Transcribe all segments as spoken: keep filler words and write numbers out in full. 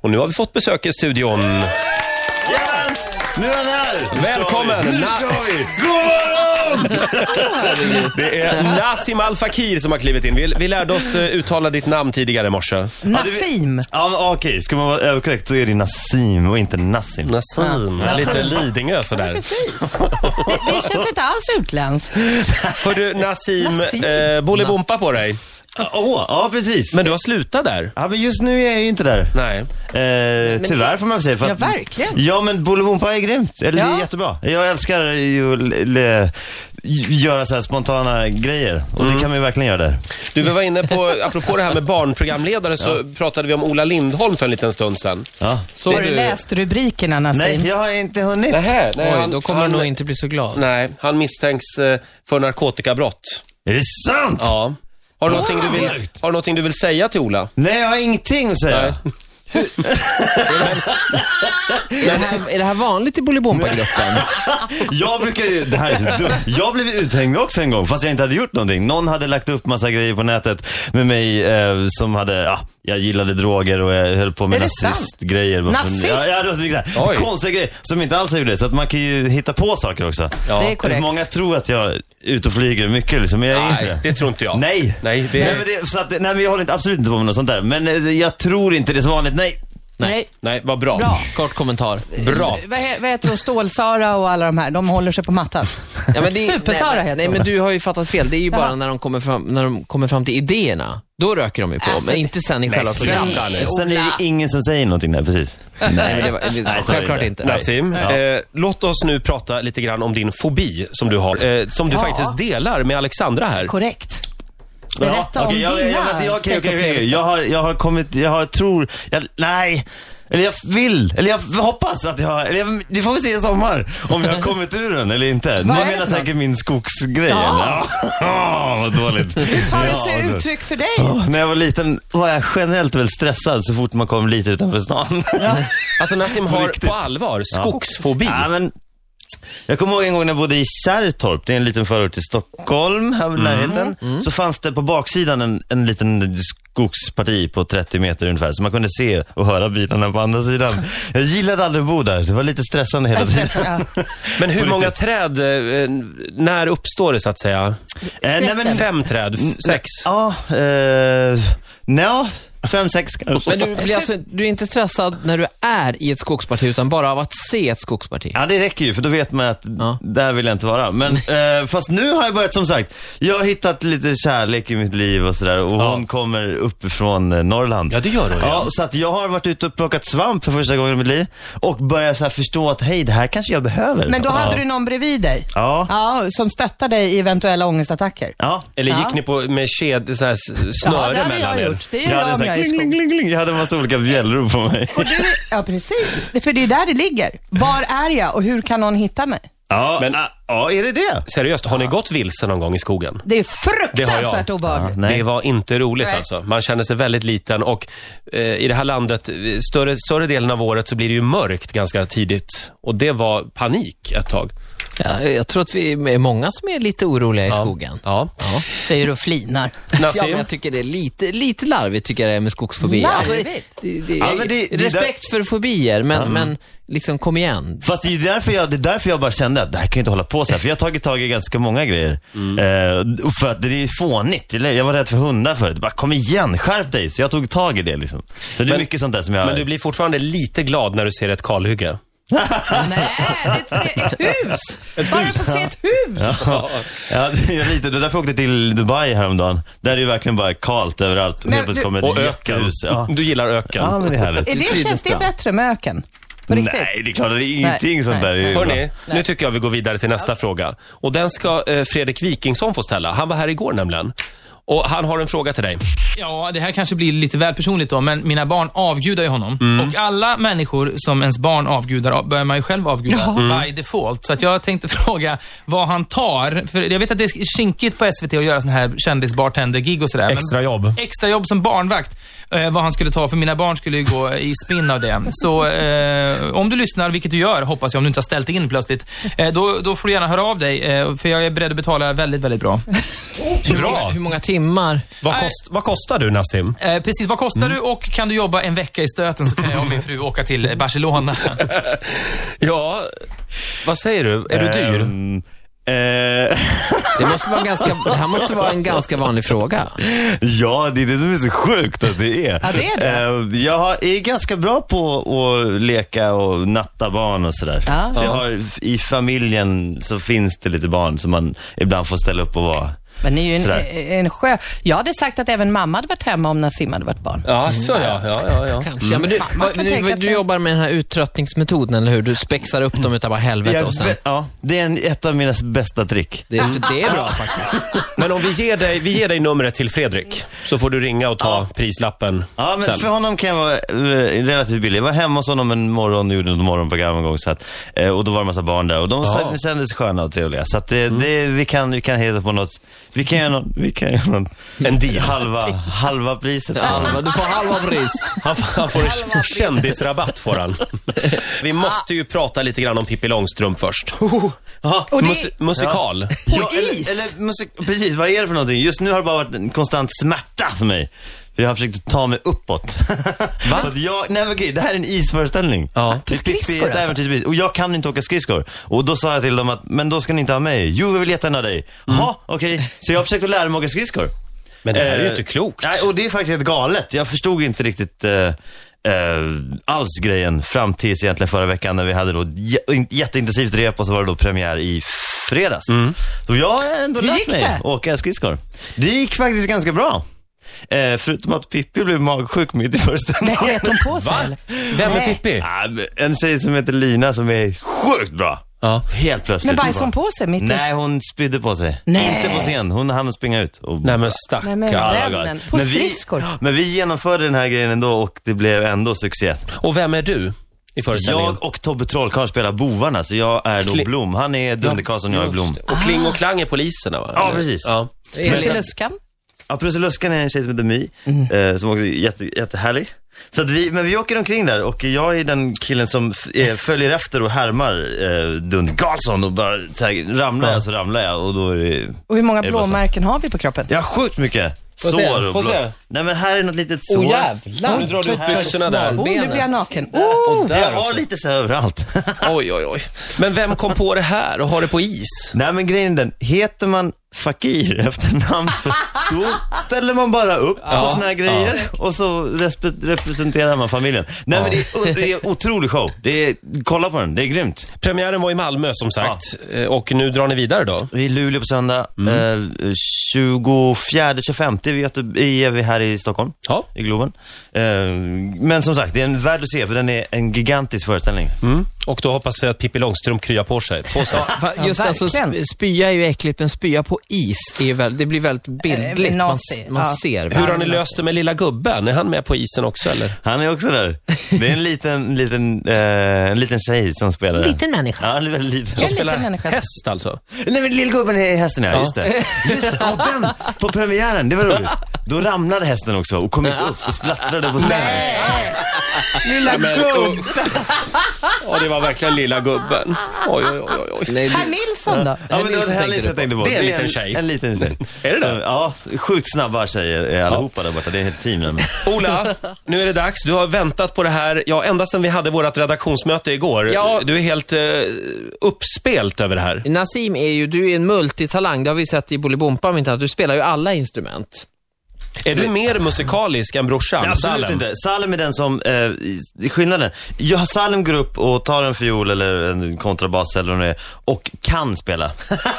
Och nu har vi fått besök i studion. Ja, nu är han här. Välkommen. Nu Na- kör vi. God morgon. Det är Nassim Al Fakir som har klivit in. Vi, vi lärde oss uh, uttala ditt namn tidigare i morse. Nassim. Ja, okej. Okay. Ska man vara överkorrekt så är det Nassim och inte Nassim. Nassim. Ja. Lite Lidingö sådär. Ja, precis. Det, det känns inte alls utländskt. Hörru, Nassim, Nassim. eh, Bolibompa på dig. Åh, oh, ja precis. Men du har slutat där. Ja, men just nu är jag ju inte där. Nej. Eh, tyvärr får man väl säga. För Ja, att, verkligen. Ja, men Bolibompa är grymt. Eller det är Ja. jättebra. Jag älskar ju att le- göra så här spontana grejer. Och Mm. det kan man ju verkligen göra där. Du, vi var inne på, apropå det här med barnprogramledare, så pratade vi om Ola Lindholm för en liten stund sedan. Ja. Så Har du läst rubrikerna, Nassim? Nej, jag har inte hunnit. Nähä, nej, Oj, han, då kommer han, han nog inte bli så glad. Nej, han misstänks eh, för narkotikabrott. Är det sant? Ja. Har du, någonting du vill, har du någonting du vill säga till Ola? Nej, jag har ingenting att säga. Nej. Är det här, är det här vanligt i Bolibompa-gruppen? Jag brukar ju, det här är så dumt. Jag blev uthängd också en gång, fast jag inte hade gjort någonting. Någon hade lagt upp massa grejer på nätet med mig eh, som hade, ja, jag gillade droger och jag höll på med Är det sant? nazistgrejer. Nazist? Ja, ja, det var så sådär. Konstiga grejer som inte alls gjorde det. Så att man kan ju hitta på saker också. Ja. Det är korrekt. Många tror att jag är ute och flyger mycket liksom, men jag är Nej, inte det. det tror inte jag. Nej. Nej, det... Nej, men det, så att, nej, men jag håller inte, absolut inte på med något sånt där. Men eh, jag tror inte det är så vanligt, nej. Nej. Nej, vad bra. Bra. Kort kommentar. Bra. Vad, he- vad heter hon? Stål-Sara och alla de här. De håller sig på mattan. Ja, men det, Super-Sara nej, heter nej, hon. men du har ju fattat fel. Det är ju bara Jaha. när de kommer fram, när de kommer fram till idéerna. Då röker de ju på, Alltså, men inte sen i själva sluta programmet. nu. Sen är det ingen som säger någonting där, precis. Nej, men det var, det, Nej, självklart sorry. inte. Nassim, eh, låt oss nu prata lite grann om din fobi som du har, eh, som du Ja. faktiskt delar med Alexandra här. Korrekt. Berätta om okej, jag, dina jag, jag, jag, okej, okej, okej. skräckupplevelser. jag, har, jag har kommit, jag har, tror, jag, nej, eller jag vill, eller jag hoppas att jag har, eller jag, det får vi se i sommar, om jag har kommit ur den eller inte. Ni är det menar för säkert min skogsgrej, Ja. eller? Ja, vad dåligt. Hur tar det Ja, sig då- uttryck för dig? Åh, när jag var liten var jag generellt väl stressad så fort man kom lite utanför stan. Alltså Nassim har riktigt. på allvar skogsfobi. Ja, men jag kommer ihåg en gång när jag bodde i Kärrtorp, det är en liten förort till Stockholm, här i närheten. Så fanns det på baksidan en, en liten skogsparti på trettio meter ungefär, så man kunde se och höra bilarna på andra sidan. Jag gillade aldrig att bo där, det var lite stressande hela tiden. Ja. Men hur På många riktigt. träd, eh, när uppstår det så att säga? Eh, nej, men, Fem träd, f- sex. ja, eh, nja, fem, sex kanske. Men du, blir alltså, du är inte stressad när du är i ett skogsparti, utan bara av att se ett skogsparti. Ja, det räcker ju, för då vet man att Ja. där vill jag inte vara. Men eh, fast nu har jag börjat, som sagt, jag har hittat lite kärlek i mitt liv och sådär. Och Ja. hon kommer uppifrån eh, Norrland. Ja, det gör hon, ja. Ja, så att jag har varit ute och plockat svamp för första gången i mitt liv. Och börjat så här förstå att, hej, det här kanske jag behöver. Men då ja. hade du någon bredvid dig? Ja. Ja, som stöttar dig i eventuella ångestattacker? Ja. Eller gick Ja. ni på med ked, så här, s- Ja, snöre det hade mellan jag er? gjort. Det gör Jag jag hade om så jag här, är i kling, skogen. kling, kling, kling. Jag hade en massa olika bjällror på mig. Och du, ja, precis. För det är där det ligger. Var är jag och hur kan någon hitta mig? Ja, Men- men, ja, är det det? Seriöst, har ni gått vilse någon gång i skogen? Det är Det har jag. fruktansvärt obehagligt. Ja, nej. Det var inte roligt Nej. alltså. Man känner sig väldigt liten och eh, i det här landet, eh, större, större delen av året så blir det ju mörkt ganska tidigt. Och det var panik ett tag. Ja, jag tror att vi är många som är lite oroliga i skogen. Ja. Ja. Säger du och flinar. Ja, Nassim? men jag tycker det är lite, lite larvigt tycker jag det är med skogsfobi. Alltså, Larvigt? det, det, Ja, men det- det respekt för fobier, men, men liksom kom igen. Fast det är därför jag, det är därför jag bara kände att det här kan ju inte hålla på så här. För jag har tagit tag i ganska många grejer. Eh, för att det är fånigt. Eller, jag var rädd för hundar förut. Bara, kom igen, skärp dig. Så jag tog tag i det liksom. Så det är Men- mycket sånt där som jag... Men du blir fortfarande lite glad när du ser ett kalhygge. Nej, det är ett, ett hus. Bara för att se ett hus. Ja, det är lite. Det är därför jag åkte till Dubai häromdagen. Där är det ju verkligen bara kallt överallt. Men Helt plötsligt du- kommer Och ett öken. jättehus. Ja. Du gillar öken. Ja, men det är härligt. Är det, trivdes känns det bra. bättre med öken? På riktigt? Nej, det är klart att det är ingenting Nej, sånt nej. där. Det är ju bara- Hörrni, nu tycker jag vi går vidare till nästa fråga. Och den ska eh, Fredrik Wikingsson få ställa. Han var här igår nämligen. Och han har en fråga till dig. Ja, det här kanske blir lite väl personligt då, men mina barn avgudar ju honom. Och alla människor som ens barn avgudar börjar man ju själv avguda by default. Så att jag tänkte fråga vad han tar. För jag vet att det är kinkigt på S V T att göra sån här kändisbartender-gig och sådär. Extra jobb. Extra jobb som barnvakt. Eh, vad han skulle ta, för mina barn skulle ju gå i spinn av det. Så eh, om du lyssnar, vilket du gör, hoppas jag, om du inte har ställt in plötsligt, eh, då, då får du gärna höra av dig. Eh, för jag är beredd att betala väldigt, väldigt bra. Hur många, hur många timmar timmar. Vad, Nej. kost, vad kostar du, Nassim? Eh, precis, vad kostar du och kan du jobba en vecka i stöten så kan jag och min fru åka till Barcelona. Ja, vad säger du? Är du dyr? Um, eh, Det, måste vara ganska, det här måste vara en ganska vanlig fråga. ja, det är det som är så sjukt att det är. Ja, det är det. Eh, jag har, är ganska bra på att leka och natta barn och sådär. Ja. Så jag har, i familjen så finns det lite barn som man ibland får ställa upp och vara. Men ni är ju Sådär. en, en sjö. Jag hade sagt att även mamma hade varit hemma om Nassim hade varit barn. Ja, så ja. ja, ja, ja. Kanske. Ja, men du, Man vad, kan du, tänka du sig. jobbar med den här uttröttningsmetoden, eller hur? Du spexar upp dem utav bara helvete och sen... Jag, ja, det är en, ett av mina bästa trick. Det, det är bra faktiskt. Men om vi ger, dig, vi ger dig numret till Fredrik, så får du ringa och ta Ja. prislappen Ja, men sen. för honom kan jag vara eh, relativt billig. Jag var hemma hos honom en morgon och gjorde ett morgonprogram en gång. Så att, eh, och då var det en massa barn där. Och de Ja. ja. kändes sköna och trevliga. Så att det, det, vi kan, vi kan hitta på något. Vi kan göra något. Vi kan göra något. En deal. Halva, halva priset. Halva, du får halva pris. Han, han får en kändisrabatt, får han. Vi måste ju prata lite grann om Pippi Långstrump först. Ja. Och det, Mus, musikal. Ja, is. eller, eller musik, precis, vad är det för någonting? Just nu har det bara varit en konstant smärta för mig. Jag har försökt ta mig uppåt. Va? För att jag, nej men okej, det här är en isföreställning. Ja. Det är Pippi, skridskor, ett alltså? äventyrsbevis. Och jag kan inte åka skridskor. Och då sa jag till dem att, men då ska ni inte ha mig. Jo, jag vill jättegärna ha dig. Jaha, okej. Så jag har försökt att lära mig åka skridskor. Men det här är ju Eh, inte klokt. Nej, och det är faktiskt helt galet. Jag förstod inte riktigt eh, eh, alls grejen fram tills egentligen förra veckan när vi hade då j- jätteintensivt rep och så var det då premiär i fredags. Mm. Så jag har ändå Hur lärt gick mig det? åka skridskor. Det gick faktiskt ganska bra. Eh, förutom att Pippi blev magsjuk mitt i föreställningen. men sket hon på sig? Va? Eller? Vem är Nej. Pippi? Ah, men en tjej som heter Lina som är sjukt bra. Ja. Helt plötsligt. Men bajsade hon på sig mitt i? Nej, hon spydde på sig. Nej. Inte på scen. Hon hann springa ut. Och Nej men Nej, stackarn. men Ja, vännen. galet. På Men vi- skridskor. Men vi genomförde den här grejen ändå och det blev ändå succé. Och vem är du i föreställningen? Jag och Tobbe Trollkarl spelar bovarna, så jag är då Kli- Blom. Han är Dunder-Karlsson och jag är Blom. Just det. Och Kling och Klang är poliserna, va? Ja, Eller? precis. Ja. Prussiluskan. Ja, Prussiluskan är en tjej som heter My, eh, som också är jätte, jättehärlig. Så att vi, men vi åker omkring där och jag är den killen som f- eh, följer efter och härmar eh, Dunder-Karlsson och bara så här, ramlar jag så ramlar jag och då är det... Och hur många Är det bara så? blåmärken har vi på kroppen? Jag har sjukt mycket Få se, sår och få blå. se. Nej men här är något litet sår. Åh jävlar. Nu drar du ut byxorna där. Oh, nu blir jag naken. Och Oh. där Jag har också. lite så här överallt. Oj, oj, oj. Men vem kom på det här och har det på is? Nej men grejen är den, heter man Fakir efternamn, då ställer man bara upp på såna här grejer och så respe- representerar man familjen. Nej men det är, det är otrolig show. Det är, kolla på den, det är grymt. Premiären var i Malmö som sagt. Eh, Och nu drar ni vidare då? Vi är i Luleå på söndag, eh, tjugofjärde tjugofemte vi är vi här i Stockholm, Ja. i Globen. Eh, men som sagt, det är en värd att se för den är en gigantisk föreställning. Mm. Och då hoppas vi att Pippi Långstrump kryar på sig. På sig. Fa- Just Ja, alltså, verkligen. sp- spya är ju äckligt, men spya på is är ju väl, det blir väldigt bildligt. Eh, Man, nasty, man ja. ser. Hur har ni löst det med lilla gubben? Är han med på isen också eller? Han är också där. Det är en liten, liten, eh, en liten tjej som spelar. En liten människa. Ja, en väldigt liten. En liten Spelar människa. häst alltså? Nej men lillgubben är hästen, ja, just det. Just det, och den på premiären, det var roligt. Då ramlade hästen också och kom inte upp och splattrade på scenen. Lilla gubben. Ja, det var verkligen lilla gubben. Oj, oj, oj, oj. Nej, Herr du, Nilsson då? Ja, men det var det här tänkte jag du tänkte på. Det är en liten tjej. En liten tjej. Är det Så, det? ja, sjukt snabba tjejer är allihopa där borta. Det är helt team där. Men... Ola, nu är det dags. Du har väntat på det här, ja, ända sedan vi hade vårt redaktionsmöte igår. Ja. Du är helt eh, uppspelt över det här. Nassim är ju, du är en multitalang, det har vi sett i Bolibompa, men inte att du spelar ju alla instrument. Är du mer musikalisk än brorsan, Nej, absolut Salem? inte. Salem är den som, eh, i- skillnaden. Jag, Salem går upp och tar en fiol eller en kontrabas eller vad det är och kan spela.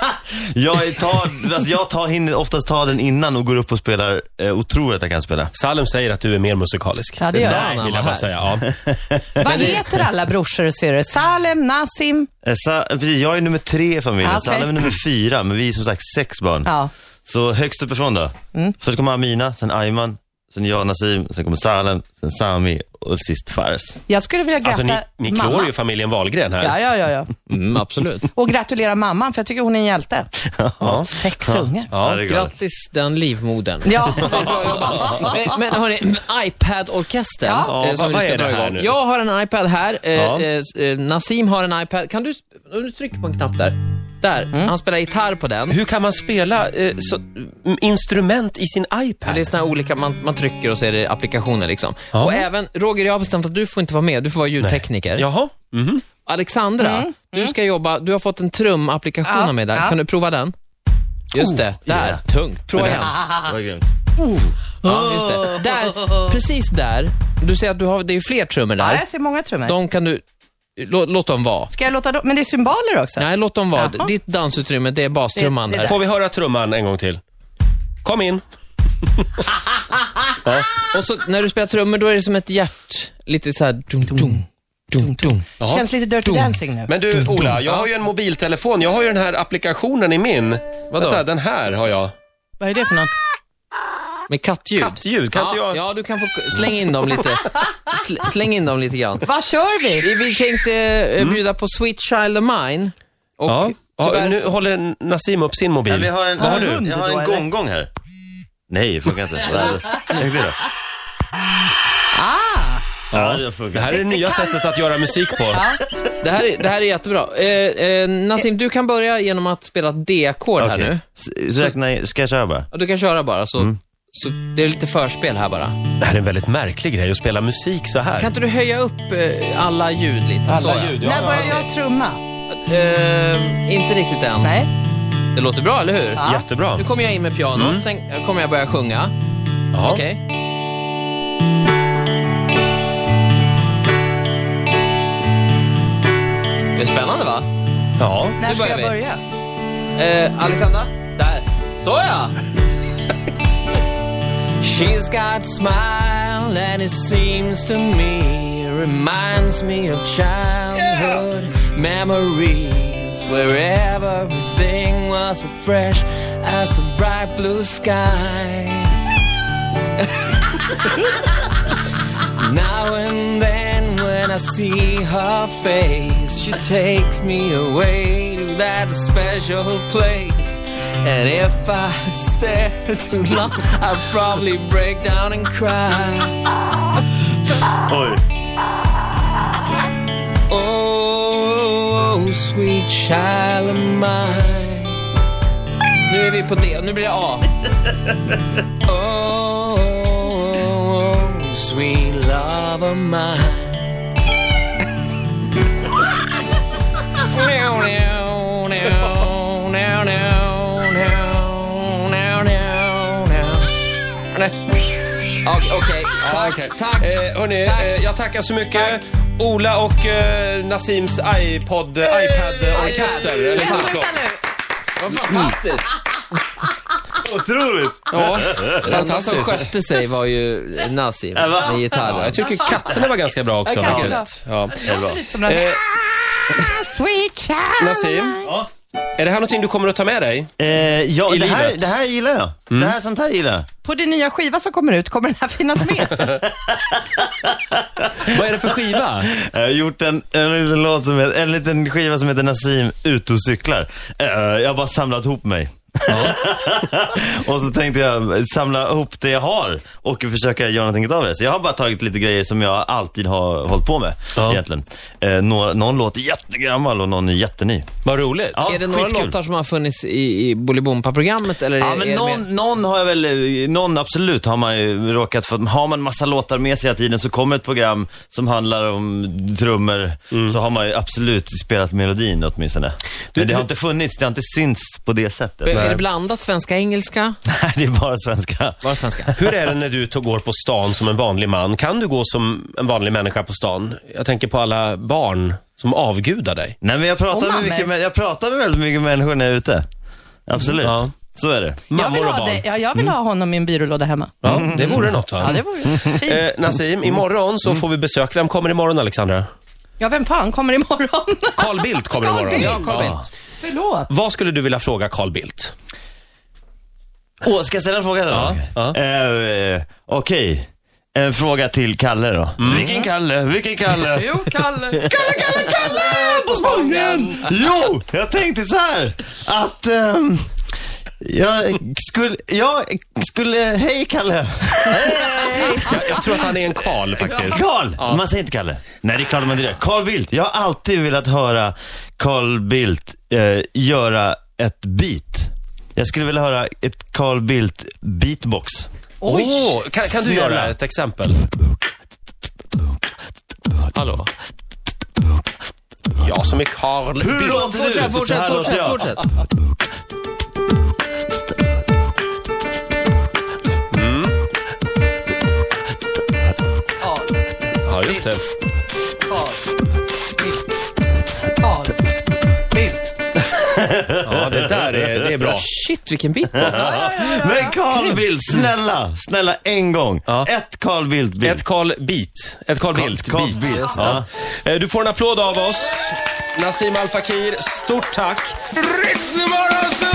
jag tar, alltså jag tar, hinner oftast ta den innan och går upp och spelar eh, och tror att jag kan spela. Salem säger att du är mer musikalisk. Ja, det gör sa jag. han. Nej, vill var jag bara här. säga. Ja. Vad heter alla brorsor och syrror? Salem, Nassim? Eh, Sa, precis, jag är nummer tre i familjen. Ah, okej. Salem är nummer fyra, men vi är som sagt sex barn. Ja. Så högst uppifrån då. Mm. Först kommer Amina, sen Ayman, sen jag, Nassim, sen kommer Salem, sen Sami och sist Fares. Jag skulle vilja gratta Alltså ni, ni klår mamma. ju familjen Wahlgren här. Ja, ja, ja, ja. Mm, absolut. Och gratulera mamman, för jag tycker hon är en hjälte. Ja. Sex ungar. Ja, Ja. det är galet. Grattis den livmodern. Ja. Bra jobbat. Men, men hörni, iPad-orkestern. Ja. eh, Ja, som vad- vi vad ska är det dra här igång. nu? Jag har en iPad här. Eh, Ja. eh, eh, Nassim har en iPad. Kan du, om du trycker på en knapp där. Där, han spelar gitarr på den. Hur kan man spela eh, så, m- instrument i sin iPad? Det är såna här olika, man, man trycker och så är det applikationer liksom. Ja. Och även, Roger, jag har bestämt att du får inte vara med, du får vara ljudtekniker. Jaha. Mhm. Alexandra, du ska jobba, du har fått en trumapplikation Ja, av mig där. ja. Kan du prova den? Just det, där, yeah. tungt. Prova igen. Vad grymt. Ja, just det. Där, precis där. Du säger att du har, det är ju fler trummor Ja, där. jag ser många trummor. De kan du, lå, låt dem vara. Ska jag låta dem? Men det är symboler också. Nej, låt dem vara. Jaha. Ditt dansutrymme, det är bastrumman Det- det- där. Får vi höra trumman en gång till? Kom in. Och så när du spelar trummor, då är det som ett hjärt. Lite så här dum, dum, dum, dum. Jaha. Känns lite Dirty Dancing nu. Men du, Ola, jag har ju en mobiltelefon. Jag har ju den här applikationen i min. Vadå? Vänta, den här har jag. Vad är det för något? Med kattljud. Kattljud, kan ja, inte jag... Ja, du kan få släng in dem lite. Sl, släng in dem lite grann. Vad kör vi? Vi, vi tänkte eh, bjuda på Sweet Child of Mine. Och Ja. Ja, tyvärr nu så- håller Nassim upp sin mobil. Ja, vi har en, Vad har jag du? Jag har Då, en eller? gånggång här. Nej, det funkar inte. Värdelöst. Tänk det då. Ah! Ja, det Det funkar. här är det nya sättet att göra musik på. det, här, är- det här är jättebra. Eh, eh, Nassim, du kan börja genom att spela ett D-ackord här Okej. nu. S- Räkna i, ska jag köra bara? Och du kan köra bara, så, så det är lite förspel här bara. Det här är en väldigt märklig grej att spela musik så här. Kan inte du höja upp eh, alla ljud lite? Alla så, ja. ljud, ja. När börjar okej. jag trumma? Eh, inte riktigt än. Nej. Det låter bra, eller hur? Ja. Jättebra. Nu kommer jag in med pianot, sen kommer jag börja sjunga. Jaha. Okej? Det är spännande, va? Ja. När ska börjar jag vi. börja? Eh, Alexandra, där. Så ja! She's got smile and it seems to me reminds me of childhood memories where everything was as fresh as a bright blue sky. Now and then when I see her face, she takes me away to that special place. And if I stare too long, I'd probably break down and cry. Oj. Oh, sweet child of mine. Nu är vi på D, nu blir det A. Oh, sweet love of mine. Now, now, now, now, now, now, now, now, now. Okej, okej. Ja, Tack, okej. tack. Eh, hörni, Tack. eh, jag tackar så mycket. Ola och eh, Nassims iPod, iPad-orkester. Eller Sluta folklåt. nu. Vad fantastiskt. Otroligt. Ja, Den som fantastiskt. skötte sig var ju Nassim Ja, va? med gitarren. Ja, jag tycker katterna var ganska bra också. Ja, katterna. faktiskt. Ja. Det låter lite som den Eh, här. Sweet child. Nassim, Ja. är det här någonting du kommer att ta med dig? Eh, ja, I det här, livet. det här gillar jag. Det här, sånt här gillar jag. På din nya skiva som kommer ut, kommer den här finnas med? Vad är det för skiva? Jag har gjort en, en, liten låt som heter, en liten skiva som heter Nassim ut och cyklar. Eh, jag har bara samlat ihop mig. Och så tänkte jag samla ihop det jag har och försöka göra någonting av det. Så jag har bara tagit lite grejer som jag alltid har hållit på med, Ja. egentligen. Eh, någon, någon låt är jättegammal och någon är jätteny. Vad roligt. Ja, Är det några skitkul. låtar som har funnits i, i Bolibompa-programmet? Eller Ja, är, men är det någon, mer- någon har jag väl, någon absolut har man ju råkat för. Har man massa låtar med sig hela tiden så kommer ett program som handlar om trummor, så har man ju absolut spelat melodin åtminstone. Men det har inte funnits, det har inte synts på det sättet. är det blandat svenska-engelska? Nej, det är bara svenska. Bara svenska. Hur är det när du to- går på stan som en vanlig man? Kan du gå som en vanlig människa på stan? Jag tänker på alla barn som avgudar dig. Nej, men jag pratar, Och med mammor. mycket, mä- jag pratar med väldigt mycket människor när jag är ute. Absolut. Ja. Så är det. Jag vill, Mammor och ha barn. det. Ja, jag vill ha honom i en byrålåda hemma. Ja, det vore något, va? Ja, det vore fint. Eh, Nassim, imorgon så får vi besök. Vem kommer imorgon, Alexandra? Ja, vem fan kommer imorgon? Carl Bildt kommer Carl imorgon. Bildt. Ja, Carl Bildt. Förlåt. Vad skulle du vilja fråga Carl Bildt? Åh, ska jag ställa en fråga då? Ja, ja. Eh, Okej. En fråga till Kalle då. Vilken Kalle? Vilken Kalle? Jo, Kalle. Kalle, Kalle, Kalle på Spanien! Jo, jag tänkte så här att ehm, Jag skulle, jag skulle, hej Kalle. Jag, jag tror att han är en Karl faktiskt. Karl! Ja. Man säger inte Kalle. Nej, det är klart man inte det. Carl Bildt. Jag har alltid velat höra Carl Bildt eh, göra ett beat. Jag skulle vilja höra ett Carl Bildt beatbox. Oj! Oh, kan, kan du Snälla. göra ett exempel? Hallå? Jag som är Carl Hur Bildt. låter du? Fortsätt, fortsätt, Så här låter fortsätt, jag. fortsätt. Ja, just det. Ja, det där är, det är bra. Shit, vilken beatbox. Men Carl Bildt, snälla, snälla en gång. Ja. Ett Carl Bildt beat. Ett Carl Beat. Ett Carl Bildt Carl beat. Bildt, ja. Eh, Du får en applåd av oss. Nassim Al Fakir, stort tack. Riksmorgon